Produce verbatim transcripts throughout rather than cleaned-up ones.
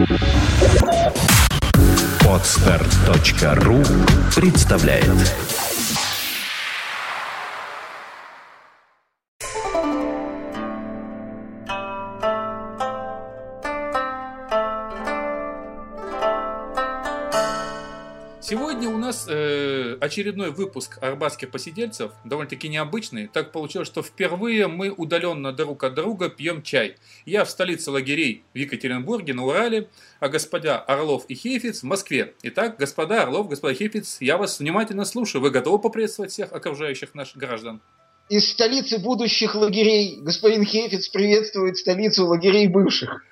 Подстар точка ру представляет. Сегодня у нас э, очередной выпуск «Арбатских посидельцев», довольно-таки необычный. Так получилось, что впервые мы удаленно друг от друга пьем чай. Я в столице лагерей в Екатеринбурге, на Урале, а господа Орлов и Хейфиц в Москве. Итак, господа Орлов, господа Хейфиц, я вас внимательно слушаю. Вы готовы поприветствовать всех окружающих наших граждан? Из столицы будущих лагерей господин Хейфиц приветствует столицу лагерей бывших.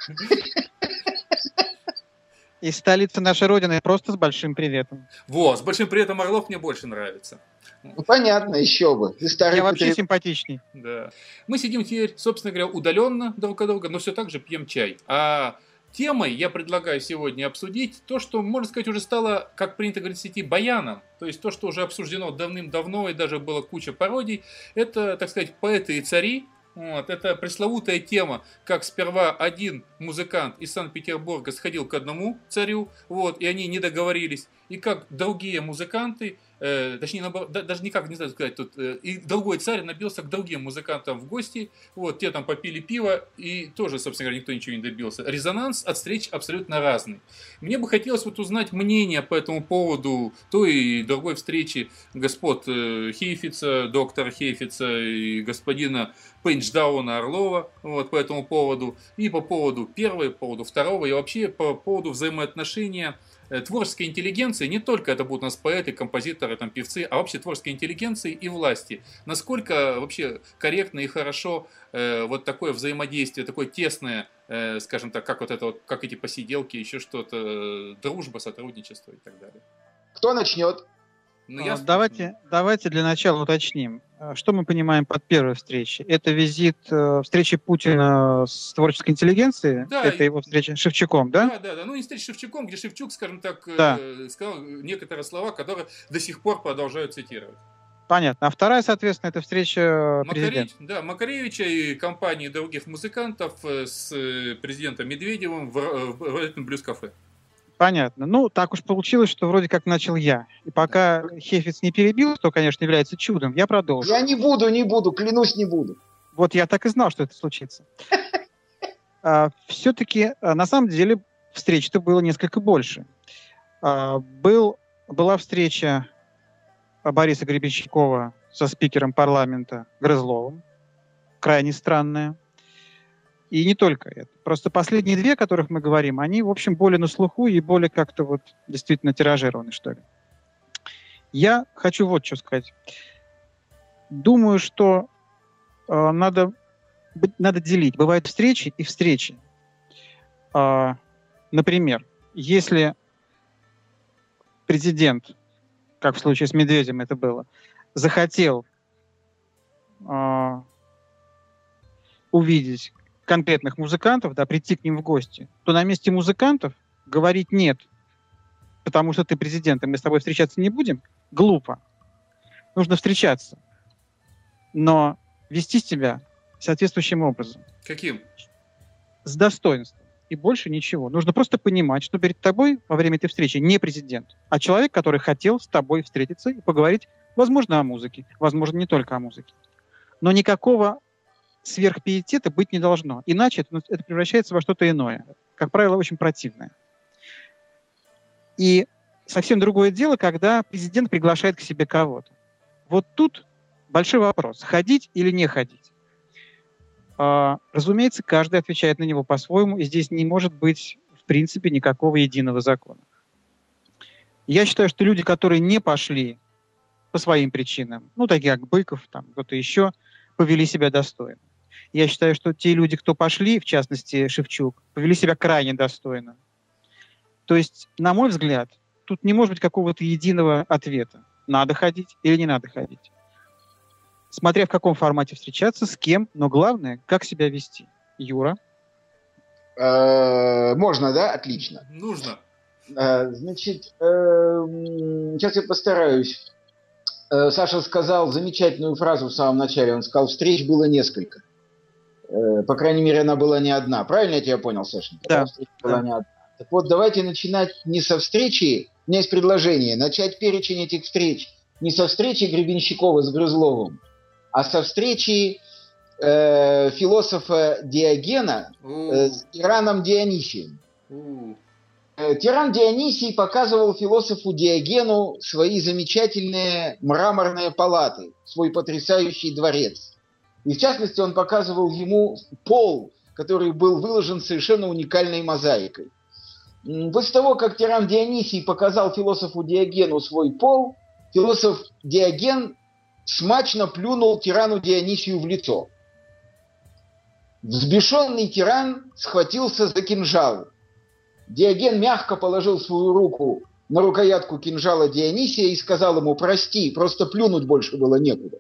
Из столицы нашей Родины просто с большим приветом. Во, с большим приветом Орлов мне больше нравится. Ну, понятно, еще бы. Я вообще патри... симпатичней. Да. Мы сидим теперь, собственно говоря, удаленно друг от друга, но все так же пьем чай. А темой я предлагаю сегодня обсудить то, что, можно сказать, уже стало, как принято говорить в сети, баяном. То есть то, что уже обсуждено давным-давно, и даже было куча пародий. Это, так сказать, поэты и цари. Вот, это пресловутая тема, как сперва один музыкант из Санкт-Петербурга сходил к одному царю, вот, и они не договорились, и как другие музыканты, э, точнее, наоборот, да, даже никак не знаю сказать, тут, э, и другой царь набился к другим музыкантам в гости, вот, те там попили пиво, и тоже, собственно говоря, никто ничего не добился. Резонанс от встреч абсолютно разный. Мне бы хотелось вот узнать мнение по этому поводу той и другой встречи господ э, Хейфица, доктора Хейфица и господина Пейндждауна Орлова, вот, по этому поводу, и по поводу первого, по поводу второго, и вообще по поводу взаимоотношения э, творческой интеллигенции, не только это будут у нас поэты, композиторы, там, певцы, а вообще творческой интеллигенции и власти. Насколько вообще корректно и хорошо э, вот такое взаимодействие, такое тесное, э, скажем так, как вот это вот, как эти посиделки, еще что-то, э, дружба, сотрудничество и так далее. Кто начнет? Ну, я давайте, давайте для начала уточним, что мы понимаем под первой встречей. Это визит э, встречи Путина с творческой интеллигенцией? Да, это и... его встреча с Шевчуком, да? Да, да, да. Ну, не встреча с Шевчуком, где Шевчук, скажем так, да. э, сказал некоторые слова, которые до сих пор продолжают цитировать. Понятно. А вторая, соответственно, это встреча президента. Да, Макаревича и компании других музыкантов с президентом Медведевым в, в, в этом блюз-кафе. Понятно. Ну, так уж получилось, что вроде как начал я. И пока Хейфиц не перебил, что, конечно, является чудом, я продолжу. Я не буду, не буду, клянусь, не буду. Вот я так и знал, что это случится. Все-таки, на самом деле, встреч-то было несколько больше. Был, была встреча Бориса Гребенщикова со спикером парламента Грызловым. Крайне странная. И не только это. Просто последние две, о которых мы говорим, они, в общем, более на слуху и более как-то вот действительно тиражированы, что ли. Я хочу вот что сказать. Думаю, что э, надо, надо делить. Бывают встречи и встречи. Э, например, если президент, как в случае с Медведевым это было, захотел э, увидеть конкретных музыкантов, да, прийти к ним в гости, то на месте музыкантов говорить «нет», потому что ты президент, и мы с тобой встречаться не будем, глупо. Нужно встречаться, но вести себя соответствующим образом. Каким? С достоинством. И больше ничего. Нужно просто понимать, что перед тобой во время этой встречи не президент, а человек, который хотел с тобой встретиться и поговорить, возможно, о музыке, возможно, не только о музыке. Но никакого сверхпиетета быть не должно. Иначе это, это превращается во что-то иное. Как правило, очень противное. И совсем другое дело, когда президент приглашает к себе кого-то. Вот тут большой вопрос. Ходить или не ходить? А, разумеется, каждый отвечает на него по-своему, и здесь не может быть, в принципе, никакого единого закона. Я считаю, что люди, которые не пошли по своим причинам, ну, такие как Быков, там, кто-то еще, повели себя достойно. Я считаю, что те люди, кто пошли, в частности Шевчук, повели себя крайне достойно. То есть, на мой взгляд, тут не может быть какого-то единого ответа. Надо ходить или не надо ходить. Смотря в каком формате встречаться, с кем, но главное, как себя вести. Юра? Можно, да? Отлично. Нужно. Значит, сейчас я постараюсь. Саша сказал замечательную фразу в самом начале. Он сказал, встреч было несколько. По крайней мере, она была не одна. Правильно я тебя понял, Саша? Да. Встреча была не одна. Так вот, давайте начинать не со встречи, у меня есть предложение, начать перечень этих встреч не со встречи Гребенщикова с Грызловым, а со встречи э, философа Диогена э, с тираном Дионисием. Э, тиран Дионисий показывал философу Диогену свои замечательные мраморные палаты, свой потрясающий дворец. И в частности он показывал ему пол, который был выложен совершенно уникальной мозаикой. После того, как тиран Дионисий показал философу Диогену свой пол, философ Диоген смачно плюнул тирану Дионисию в лицо. Взбешенный тиран схватился за кинжал. Диоген мягко положил свою руку на рукоятку кинжала Дионисия и сказал ему: «Прости, просто плюнуть больше было некуда».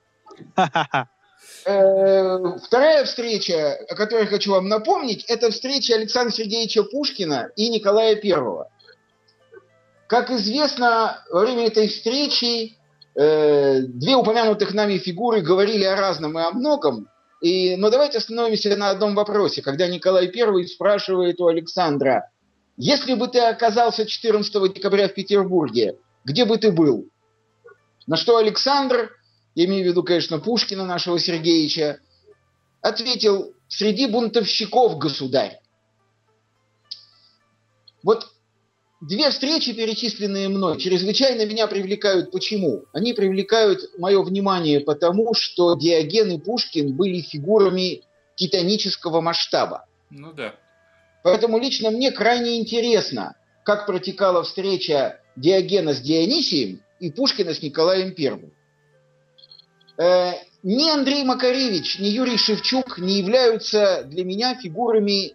Вторая встреча, о которой хочу вам напомнить, это встреча Александра Сергеевича Пушкина и Николая Первого. Как известно, во время этой встречи э, две упомянутых нами фигуры говорили о разном и о многом. И, но давайте остановимся на одном вопросе, когда Николай Первый спрашивает у Александра: «Если бы ты оказался четырнадцатого декабря в Петербурге, где бы ты был?» На что Александр, я имею в виду, конечно, Пушкина, нашего Сергеевича, ответил: «Среди бунтовщиков, государь». Вот две встречи, перечисленные мной, чрезвычайно меня привлекают. Почему? Они привлекают мое внимание потому, что Диоген и Пушкин были фигурами титанического масштаба. Ну да. Поэтому лично мне крайне интересно, как протекала встреча Диогена с Дионисием и Пушкина с Николаем Первым. Э, ни Андрей Макаревич, ни Юрий Шевчук не являются для меня фигурами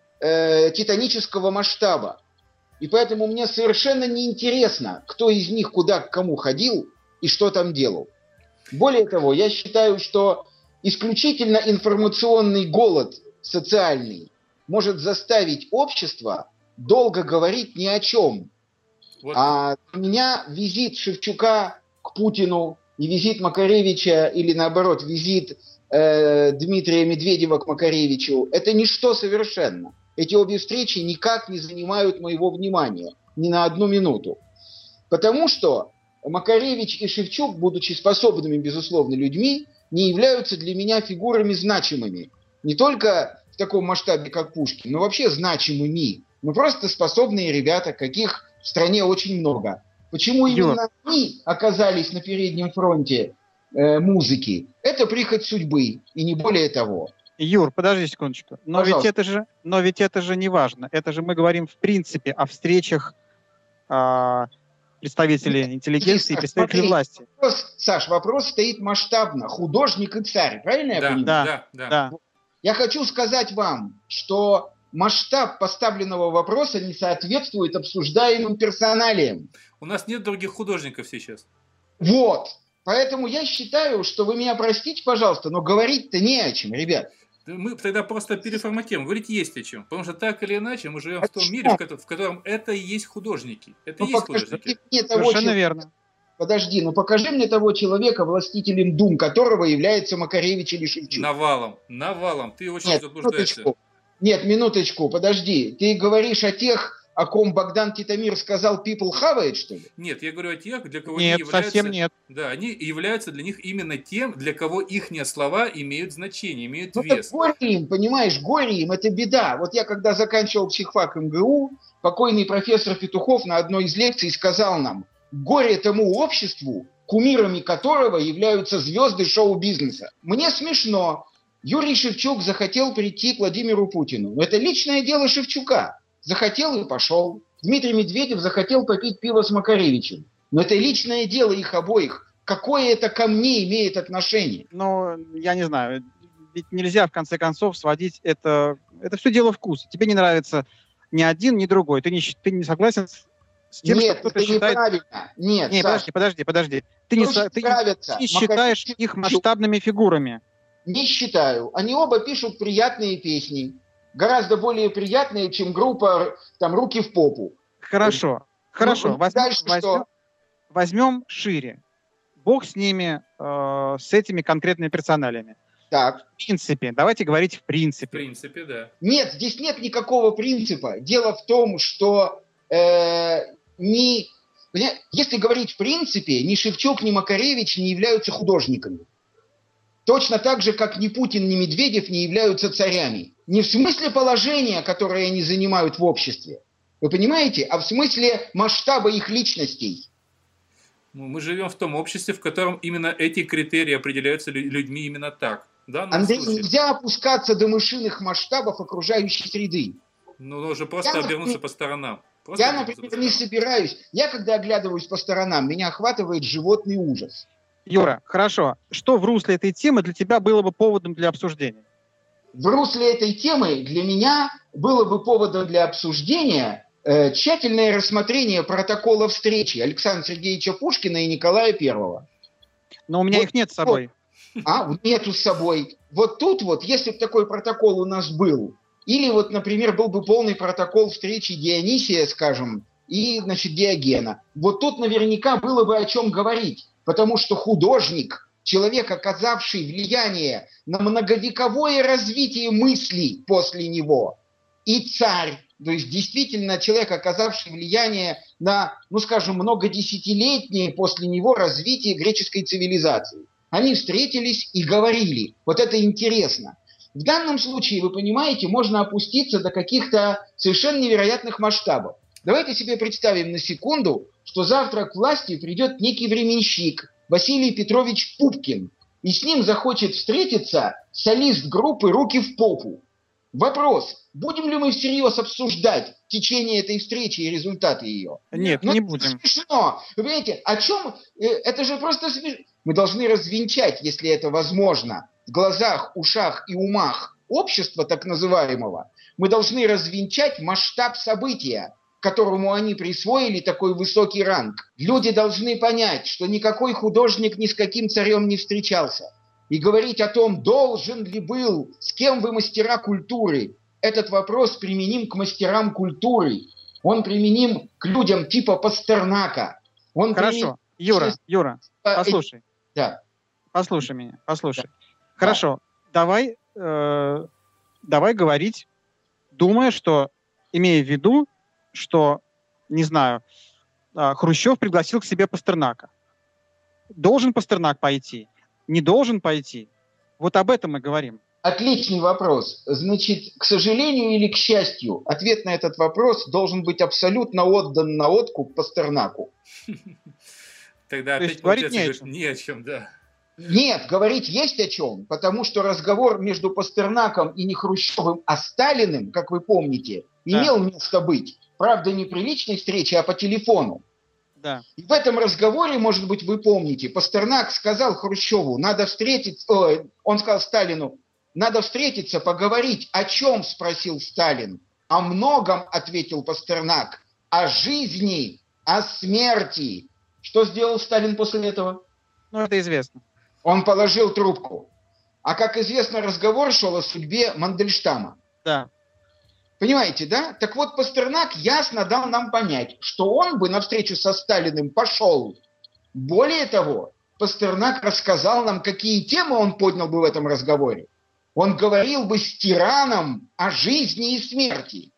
э, титанического масштаба. И поэтому мне совершенно неинтересно, кто из них куда к кому ходил и что там делал. Более того, я считаю, что исключительно информационный голод социальный может заставить общество долго говорить ни о чем. Вот. А у меня визит Шевчука к Путину и визит Макаревича, или наоборот, визит э, Дмитрия Медведева к Макаревичу, это ничто совершенно. Эти обе встречи никак не занимают моего внимания ни на одну минуту. Потому что Макаревич и Шевчук, будучи способными, безусловно, людьми, не являются для меня фигурами значимыми. Не только в таком масштабе, как Пушкин, но вообще значимыми. Ну, просто способные ребята, каких в стране очень много. Почему именно они оказались на переднем фронте э, музыки? Это прихоть судьбы, и не более того. Юр, подожди секундочку. Но ведь, это же, но ведь это же не важно. Это же мы говорим в принципе о встречах э, представителей Нет, интеллигенции и представителей смотри, власти. Вопрос, Саш, вопрос стоит масштабно. Художник и царь. Правильно я да, понимаю? Да, да, да. Я хочу сказать вам, что масштаб поставленного вопроса не соответствует обсуждаемым персоналиям. У нас нет других художников сейчас. Вот. Поэтому я считаю, что вы меня простите, пожалуйста, но говорить-то не о чем, ребят. Мы тогда просто переформатируем. Говорить есть о чем. Потому что так или иначе мы живем а в том что? мире, в котором, в котором это и есть художники. Это ну, и есть художники. Совершенно человека. верно. Подожди, ну покажи мне того человека, властителем дум которого является Макаревич или Шевчук. Навалом. Навалом. Ты очень Нет, заблуждаешься. Минуточку. Нет, минуточку, подожди. Ты говоришь о тех, о ком Богдан Титамир сказал people хавает, что ли? Нет, я говорю о тех, для кого нет, они являются... совсем нет. Да, они являются для них именно тем, для кого ихние слова имеют значение, имеют ну, вес. Горе им, понимаешь, горе им, это беда. Вот я когда заканчивал психфак эм гэ у, покойный профессор Петухов на одной из лекций сказал нам: горе тому обществу, кумирами которого являются звезды шоу-бизнеса. Мне смешно. Юрий Шевчук захотел прийти к Владимиру Путину. Но это личное дело Шевчука. Захотел и пошел. Дмитрий Медведев захотел попить пиво с Макаревичем. Но это личное дело их обоих. Какое это ко мне имеет отношение? Ну, я не знаю. Ведь нельзя, в конце концов, сводить это... Это все дело вкуса. Тебе не нравится ни один, ни другой. Ты не, ты не согласен с, с тем, Нет, что кто-то это считает... неправильно. Нет, Нет, подожди, подожди, подожди. Ты не, ты, ты не считаешь Макаревич... их масштабными фигурами. Не считаю. Они оба пишут приятные песни. Гораздо более приятные, чем группа там «Руки в попу». Хорошо. Ну, хорошо. Возьмем, возьмем, возьмем шире. Бог с ними, э, с этими конкретными персоналиями. Так. В принципе, давайте говорить в принципе. В принципе, да. Нет, здесь нет никакого принципа. Дело в том, что э, ни, если говорить в принципе, ни Шевчук, ни Макаревич не являются художниками. Точно так же, как ни Путин, ни Медведев не являются царями. Не в смысле положения, которое они занимают в обществе. Вы понимаете? А в смысле масштаба их личностей. Ну, мы живем в том обществе, в котором именно эти критерии определяются людьми именно так. Андрей, случае. Нельзя опускаться до мышиных масштабов окружающей среды. Ну, нужно просто я, обернуться например, по сторонам. Просто я, например, не собираюсь. Я, когда оглядываюсь по сторонам, меня охватывает животный ужас. Юра, хорошо. Что в русле этой темы для тебя было бы поводом для обсуждения? В русле этой темы для меня было бы поводом для обсуждения э, тщательное рассмотрение протокола встречи Александра Сергеевича Пушкина и Николая Первого. Но у меня вот, их нет с собой. Вот, а, нету с собой. Вот тут вот, если бы такой протокол у нас был, или вот, например, был бы полный протокол встречи Дионисия, скажем, и, значит, Диогена, вот тут наверняка было бы о чем говорить. Потому что художник, человек, оказавший влияние на многовековое развитие мыслей после него, и царь, то есть действительно человек, оказавший влияние на, ну скажем, многодесятилетнее после него развитие греческой цивилизации. Они встретились и говорили. Вот это интересно. В данном случае, вы понимаете, можно опуститься до каких-то совершенно невероятных масштабов. Давайте себе представим на секунду, что завтра к власти придет некий временщик Василий Петрович Пупкин, и с ним захочет встретиться солист группы «Руки в попу». Вопрос, будем ли мы всерьез обсуждать течение этой встречи и результаты ее? Нет, Но не это будем. Смешно. Вы понимаете, о чем? Это же просто смешно. Мы должны развенчать, если это возможно, в глазах, ушах и умах общества так называемого, мы должны развенчать масштаб события, которому они присвоили такой высокий ранг. Люди должны понять, что никакой художник ни с каким царем не встречался. И говорить о том, должен ли был, с кем вы мастера культуры, этот вопрос применим к мастерам культуры. Он применим к людям типа Пастернака. Он Хорошо. применим... Юра, Юра, послушай. Да. Послушай меня, послушай. Да. Хорошо, да. давай, э, давай говорить, думая, что, имея в виду, что, не знаю, Хрущев пригласил к себе Пастернака. Должен Пастернак пойти? Не должен пойти? Вот об этом мы говорим. Отличный вопрос. Значит, к сожалению или к счастью, ответ на этот вопрос должен быть абсолютно отдан на откуп Пастернаку. Тогда То опять есть говорить получается не о чем. ни о чем, да. Нет, говорить есть о чем, потому что разговор между Пастернаком и не Хрущевым, а Сталиным, как вы помните, Да. имел место быть. Правда, не при личной встрече, а по телефону. Да. И в этом разговоре, может быть, вы помните, Пастернак сказал Хрущеву, надо встретиться, о, он сказал Сталину, надо встретиться, поговорить. О чем, спросил Сталин. О многом, ответил Пастернак. О жизни, о смерти. Что сделал Сталин после этого? Ну, это известно. Он положил трубку. А, как известно, разговор шел о судьбе Мандельштама. Да. Понимаете, да? Так вот, Пастернак ясно дал нам понять, что он бы на встречу со Сталиным пошел. Более того, Пастернак рассказал нам, какие темы он поднял бы в этом разговоре. Он говорил бы с тираном о жизни и смерти.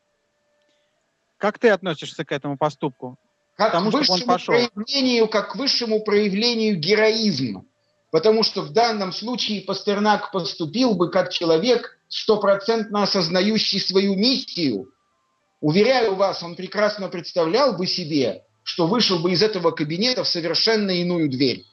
Как ты относишься к этому поступку? Как Потому к что он высшему пошел. проявлению, как к высшему проявлению героизма. Потому что в данном случае Пастернак поступил бы как человек, стопроцентно осознающий свою миссию. Уверяю вас, он прекрасно представлял бы себе, что вышел бы из этого кабинета в совершенно иную дверь.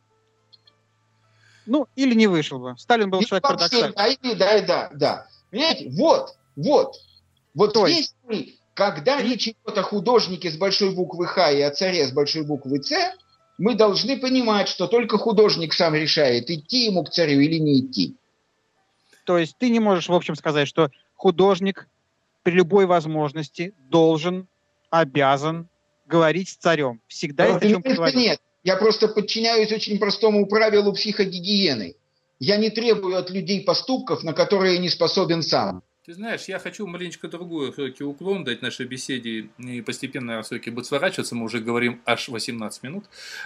Ну, или не вышел бы. Сталин был И человек вообще, парадоксальный. да, да, да, да. Понимаете, вот, вот. Вот То здесь мы, когда речь идет о художнике с большой буквы Х и о царе с большой буквы Ц, мы должны понимать, что только художник сам решает, идти ему к царю или не идти. То есть ты не можешь, в общем, сказать, что художник при любой возможности должен, обязан говорить с царем. Всегда есть о чем поговорить. Нет, я просто подчиняюсь очень простому правилу психогигиены. Я не требую от людей поступков, на которые не способен сам. Ты знаешь, я хочу маленечко другую все-таки уклон дать нашей беседе, и постепенно все-таки будет сворачиваться, мы уже говорим аж восемнадцать минут.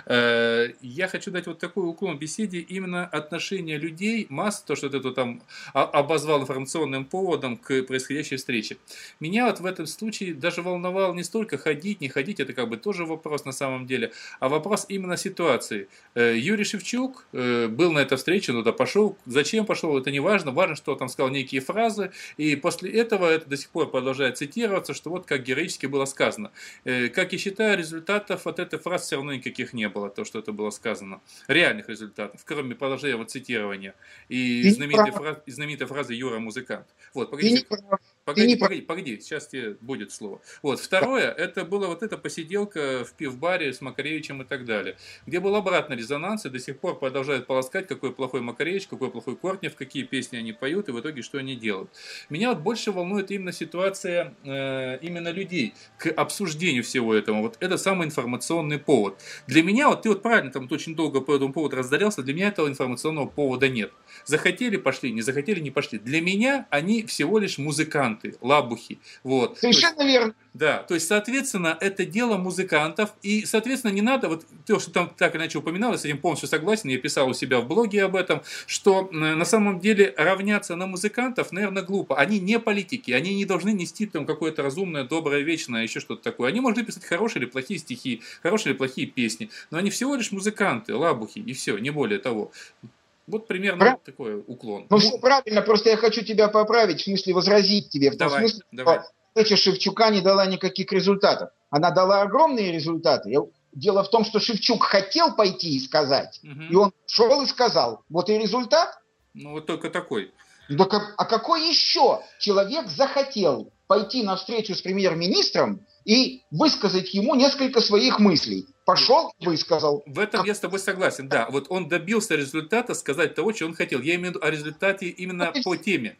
Я хочу дать вот такой уклон беседе, именно отношение людей, масс, то, что ты тут там обозвал информационным поводом к происходящей встрече. Меня вот в этом случае даже волновал не столько ходить, не ходить, это как бы тоже вопрос на самом деле, а вопрос именно ситуации. Юрий Шевчук был на этой встрече, ну да, пошел, зачем пошел, это не важно, важно, что он там сказал некие фразы, и после этого это до сих пор продолжает цитироваться, что вот как героически было сказано. Как я считаю, результатов от этой фразы все равно никаких не было, то, что это было сказано. Реальных результатов, кроме продолжения вот цитирования. И знаменитой, фраз, знаменитой фразы «Юра музыкант». Вот, погоди, погоди, погоди, погоди, сейчас тебе будет слово. Вот, второе, это была вот эта посиделка в пивбаре с Макаревичем и так далее, где был обратный резонанс, и до сих пор продолжают полоскать, какой плохой Макаревич, какой плохой Кортнев, какие песни они поют, и в итоге что они делают. Меня вот больше волнует именно ситуация э, именно людей к обсуждению всего этого. Вот это самый информационный повод. Для меня, вот ты вот правильно там очень долго по этому поводу раздарялся, для меня этого информационного повода нет. Захотели, пошли, не захотели, не пошли. Для меня они всего лишь музыканты, лабухи. Вот. Совершенно есть, верно. Да, то есть, соответственно, это дело музыкантов, и, соответственно, не надо, вот то, что там так или иначе упоминалось, с этим полностью согласен, я писал у себя в блоге об этом, что на самом деле равняться на музыкантов, наверное, глупо. Они не политики, они не должны нести там какое-то разумное, доброе, вечное, еще что-то такое. Они могут писать хорошие или плохие стихи, хорошие или плохие песни, но они всего лишь музыканты, лабухи, и все, не более того. Вот примерно Прав... вот такой уклон. Ну, все правильно, просто я хочу тебя поправить, в смысле возразить тебе, в том давай, смысле, давай. что встреча Шевчука не дала никаких результатов. Она дала огромные результаты. Дело в том, что Шевчук хотел пойти и сказать, угу. и он шел и сказал. Вот и результат. Ну, вот только такой. Да, а какой еще человек захотел пойти на встречу с премьер-министром и высказать ему несколько своих мыслей? Пошел и высказал. В этом как... я с тобой согласен, да. Вот он добился результата сказать того, что он хотел. Я имею в виду о результате именно ну, по теме.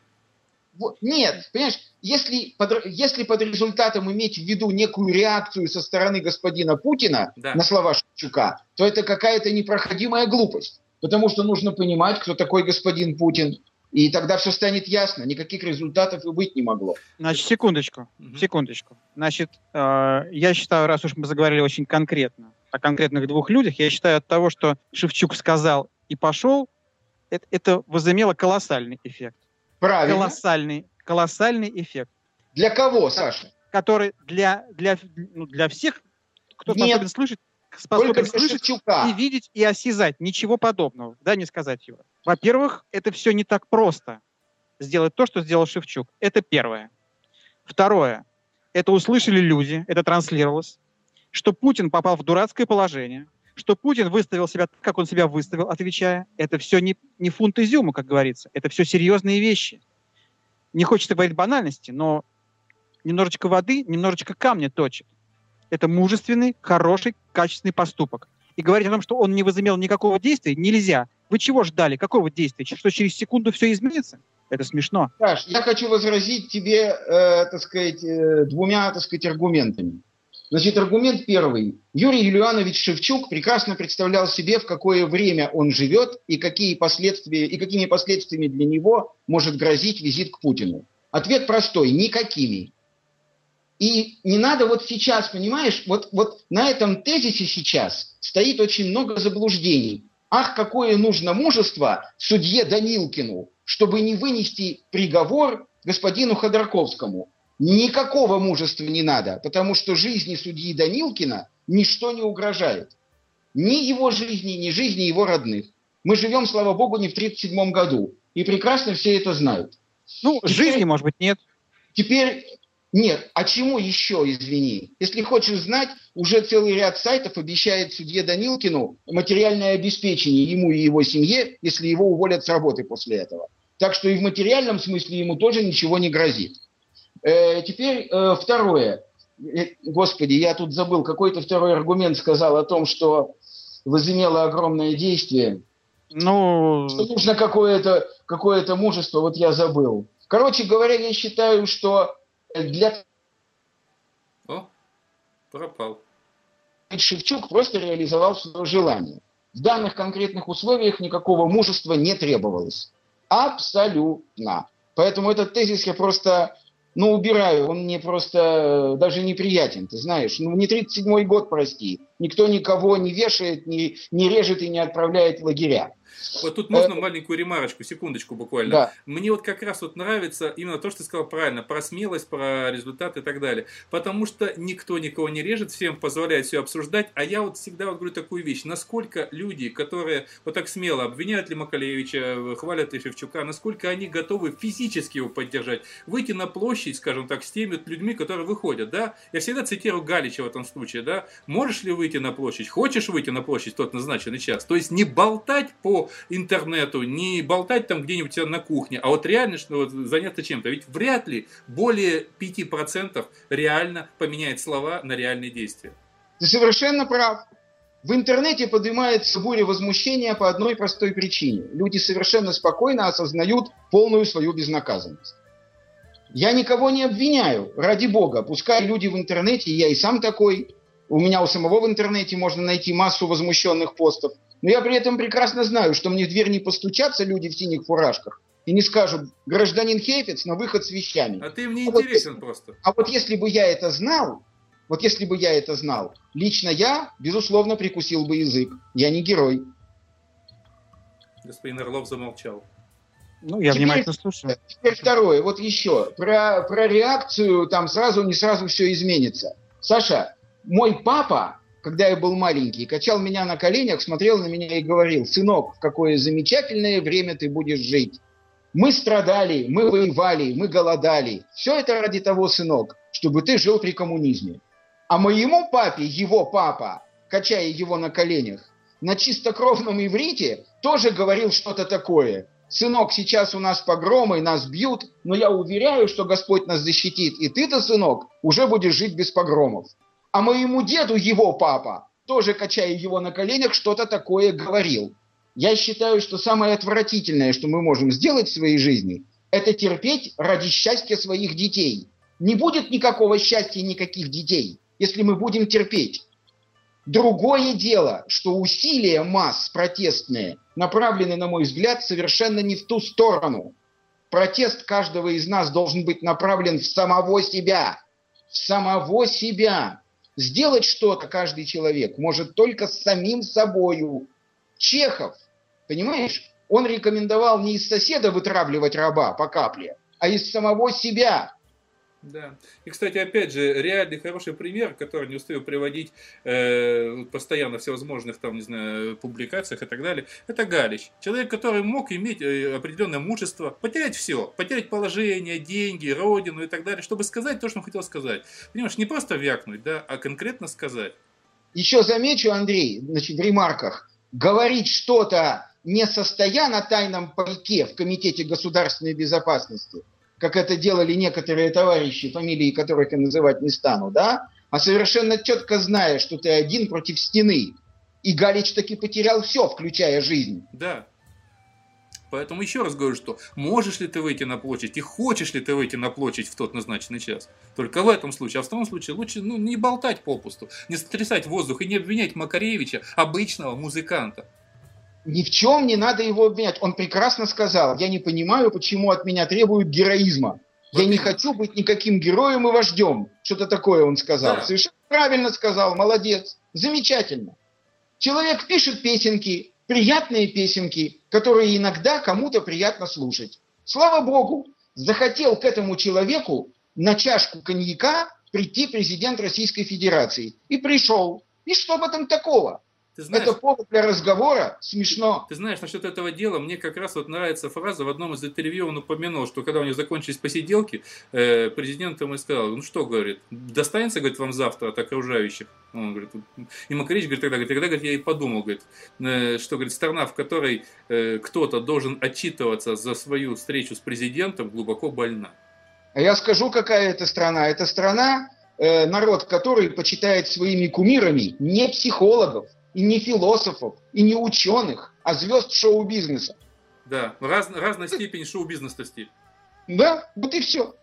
Нет, понимаешь, если под, если под результатом иметь в виду некую реакцию со стороны господина Путина да. на слова Шевчука, то это какая-то непроходимая глупость. Потому что нужно понимать, кто такой господин Путин. И тогда все станет ясно. Никаких результатов и быть не могло. Значит, секундочку. Угу. Секундочку. Значит, э, я считаю, раз уж мы заговорили очень конкретно о конкретных двух людях, я считаю, от того, что Шевчук сказал и пошел, это, это возымело колоссальный эффект. Правильно. Колоссальный, колоссальный эффект. Для кого, Саша? Который для, для, ну, для всех, кто Нет, способен слышать, способен слышать Шевчука. и видеть, и осязать. Ничего подобного. Да, не сказать, Юра. Во-первых, это все не так просто. Сделать то, что сделал Шевчук. Это первое. Второе. Это услышали люди, это транслировалось, что Путин попал в дурацкое положение, что Путин выставил себя так, как он себя выставил, отвечая. Это все не, не фунт изюма, как говорится. Это все серьезные вещи. Не хочется говорить банальности, но немножечко воды, немножечко камня точит. Это мужественный, хороший, качественный поступок. И говорить о том, что он не возымел никакого действия, нельзя. Вы чего ждали? Какого действия? Что через секунду все изменится? Это смешно. Саш, я хочу возразить тебе, э, так сказать, э, двумя, так сказать, аргументами. Значит, аргумент первый. Юрий Юлианович Шевчук прекрасно представлял себе, в какое время он живет и какие последствия, и какими последствиями для него может грозить визит к Путину. Ответ простой – никакими. И не надо вот сейчас, понимаешь, вот, вот на этом тезисе сейчас стоит очень много заблуждений. Ах, какое нужно мужество судье Данилкину, чтобы не вынести приговор господину Ходорковскому. Никакого мужества не надо, потому что жизни судьи Данилкина ничто не угрожает. Ни его жизни, ни жизни его родных. Мы живем, слава богу, не в тридцать седьмом году. И прекрасно все это знают. Ну, теперь, жизни, может быть, нет. Теперь нет. А чему еще, извини? Если хочешь знать, уже целый ряд сайтов обещает судье Данилкину материальное обеспечение ему и его семье, если его уволят с работы после этого. Так что и в материальном смысле ему тоже ничего не грозит. Э, теперь э, второе. Э, господи, я тут забыл, какой-то второй аргумент сказал о том, что возымело огромное действие. Ну... Что нужно какое-то, какое-то мужество, вот я забыл. Короче говоря, я считаю, что для... О, пропал. Шевчук просто реализовал свое желание. В данных конкретных условиях никакого мужества не требовалось. Абсолютно. Поэтому этот тезис я просто, ну, убираю. Он мне просто даже неприятен, ты знаешь. Ну, не тридцать седьмой год, прости. Никто никого не вешает, не, не режет и не отправляет в лагеря. Вот тут можно маленькую ремарочку, секундочку буквально. Да. Мне вот как раз вот нравится именно то, что ты сказал правильно, про смелость, про результаты и так далее. Потому что никто никого не режет, всем позволяет все обсуждать. А я вот всегда вот говорю такую вещь. Насколько люди, которые вот так смело обвиняют ли Макалевича, хвалят ли Шевчука, насколько они готовы физически его поддержать. Выйти на площадь, скажем так, с теми людьми, которые выходят, да. Я всегда цитирую Галича в этом случае, да. Можешь ли выйти на площадь? Хочешь выйти на площадь в тот назначенный час? То есть не болтать по интернету, не болтать там где-нибудь у тебя на кухне, а вот реально что, вот, заняться чем-то. Ведь вряд ли более пяти процентов реально поменяет слова на реальные действия. Ты совершенно прав. В интернете поднимается буря возмущения по одной простой причине. Люди совершенно спокойно осознают полную свою безнаказанность. Я никого не обвиняю, ради бога. Пускай люди в интернете, я и сам такой, у меня у самого в интернете можно найти массу возмущенных постов. Но я при этом прекрасно знаю, что мне в дверь не постучатся люди в синих фуражках и не скажут: гражданин Хейфец, на выход с вещами. А ты мне а интересен вот, просто. А вот если бы я это знал, вот если бы я это знал, лично я, безусловно, прикусил бы язык. Я не герой. Господин Орлов замолчал. Ну, я теперь, внимательно слушаю. Теперь второе. Вот еще. Про, про реакцию там сразу, не сразу все изменится. Саша, мой папа, когда я был маленький, качал меня на коленях, смотрел на меня и говорил: сынок, в какое замечательное время ты будешь жить. Мы страдали, мы воевали, мы голодали. Все это ради того, сынок, чтобы ты жил при коммунизме. А моему папе, его папа, качая его на коленях, на чистокровном иврите тоже говорил что-то такое: сынок, сейчас у нас погромы, нас бьют, но я уверяю, что Господь нас защитит, и ты-то, сынок, уже будешь жить без погромов. А моему деду его папа, тоже качая его на коленях, что-то такое говорил. Я считаю, что самое отвратительное, что мы можем сделать в своей жизни, это терпеть ради счастья своих детей. Не будет никакого счастья и никаких детей, если мы будем терпеть. Другое дело, что усилия масс протестные направлены, на мой взгляд, совершенно не в ту сторону. Протест каждого из нас должен быть направлен в самого себя. В самого себя. Сделать что-то каждый человек может только с самим собою. Чехов, понимаешь, он рекомендовал не из соседа вытравливать раба по капле, а из самого себя. Да. И, кстати, опять же, реальный хороший пример, который не устаю приводить э, постоянно в всевозможных, там, не знаю, публикациях и так далее, это Галич. Человек, который мог иметь э, определенное мужество, потерять все, потерять положение, деньги, родину и так далее, чтобы сказать то, что он хотел сказать. Понимаешь, не просто вякнуть, да, а конкретно сказать. Еще замечу, Андрей, значит, в ремарках, говорить что-то, не состоя на тайном пайке в Комитете государственной безопасности, как это делали некоторые товарищи, фамилии которых я называть не стану, да, а совершенно четко зная, что ты один против стены. И Галич таки потерял все, включая жизнь. Да. Поэтому еще раз говорю, что можешь ли ты выйти на площадь и хочешь ли ты выйти на площадь в тот назначенный час. Только в этом случае. А в том случае лучше ну, не болтать попусту, не сотрясать воздух и не обвинять Макаревича, обычного музыканта. Ни в чем не надо его обвинять. Он прекрасно сказал: я не понимаю, почему от меня требуют героизма. Я не хочу быть никаким героем и вождем. Что-то такое он сказал. Да. Совершенно правильно сказал. Молодец. Замечательно. Человек пишет песенки, приятные песенки, которые иногда кому-то приятно слушать. Слава Богу, захотел к этому человеку на чашку коньяка прийти президент Российской Федерации. И пришел. И что в этом такого? Ты знаешь, это повод для разговора, смешно. Ты знаешь, насчет этого дела, мне как раз вот нравится фраза, в одном из интервью он упомянул, что когда у него закончились посиделки, э, президент ему сказал: ну что, говорит, достанется, говорит, вам завтра от окружающих? Он говорит, и Макаревич говорит, тогда, говорит, тогда говорит, я и подумал, говорит, э, что, говорит, страна, в которой э, кто-то должен отчитываться за свою встречу с президентом, глубоко больна. А я скажу, какая это страна. Это страна, э, народ, который почитает своими кумирами не психологов, и не философов, и не ученых, а звезд шоу-бизнеса. Да, раз, разная степень шоу-бизнесности. Да, вот и все.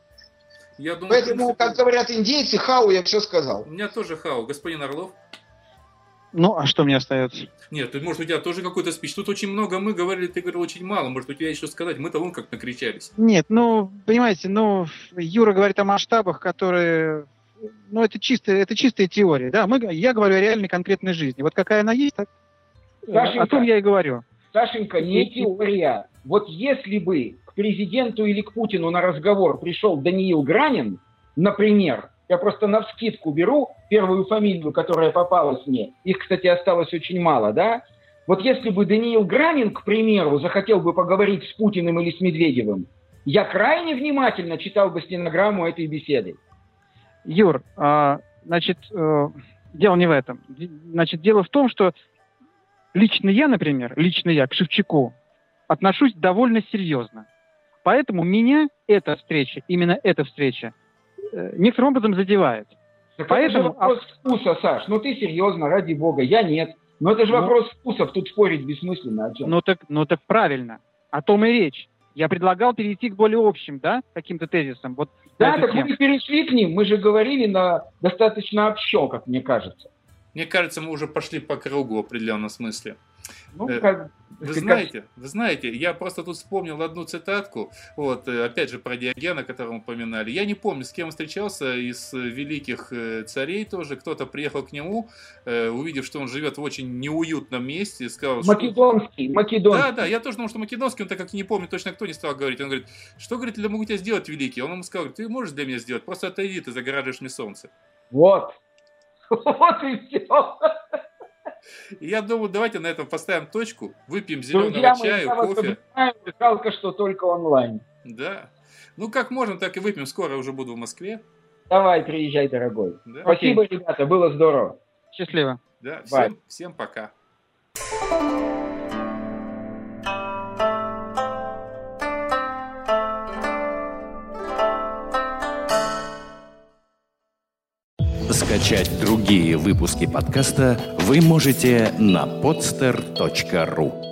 Я думаю, Поэтому, в принципе, как говорят индейцы, хау, я все сказал. У меня тоже хау. Господин Орлов? Ну, а что мне остается? Нет, может, у тебя тоже какой-то спич. Тут очень много мы говорили, ты говорил очень мало. Может, у тебя еще сказать? Мы-то вон как накричались. Нет, ну, понимаете, ну, Юра говорит о масштабах, которые... Ну, это чистая, это чистая теория, да. Мы, я говорю о реальной конкретной жизни. Вот какая она есть, так... Сашенька, о том я и говорю. Сашенька, не теория. Вот если бы к президенту или к Путину на разговор пришел Даниил Гранин, например, я просто навскидку беру первую фамилию, которая попалась мне. Их, кстати, осталось очень мало, да? Вот если бы Даниил Гранин, к примеру, захотел бы поговорить с Путиным или с Медведевым, я крайне внимательно читал бы стенограмму этой беседы. Юр, а, значит, э, дело не в этом. Значит, дело в том, что лично я, например, лично я к Шевчуку отношусь довольно серьезно. Поэтому меня эта встреча, именно эта встреча, э, некоторым образом задевает. Так Поэтому... это же вопрос вкуса, Саш. Ну ты серьезно, ради бога, я нет. Но это же ну, вопрос вкусов, тут спорить бессмысленно. О чем? Ну так, ну так правильно. О том и речь. Я предлагал перейти к более общим, да, каким-то тезисам. Вот да, так тему. Мы перешли к ним, мы же говорили на достаточно общо, как мне кажется. Мне кажется, мы уже пошли по кругу в определенном смысле. Ну, как, вы как... знаете, вы знаете, я просто тут вспомнил одну цитатку, вот, опять же, про Диогена, которого мы упоминали. Я не помню, с кем он встречался из великих царей тоже. Кто-то приехал к нему, увидев, что он живет в очень неуютном месте, сказал... Македонский, что... македонский. Да, да, я тоже думал, что македонский, он так как не помню точно, кто не стал говорить. Он говорит, что, говорит, я могу тебя сделать, великий? Он ему сказал, ты можешь для меня сделать, просто отойди, ты загораживаешь мне солнце. Вот. Вот и все. Я думаю, давайте на этом поставим точку, выпьем зеленого Друзья чаю, мои, кофе. Обнимаю, жалко, что только онлайн. Да. Ну, как можно, так и выпьем. Скоро уже буду в Москве. Давай, приезжай, дорогой. Да? Спасибо, Окей. Ребята, было здорово. Счастливо. Да, всем, всем пока. Скачать другие выпуски подкаста вы можете на podster точка ру.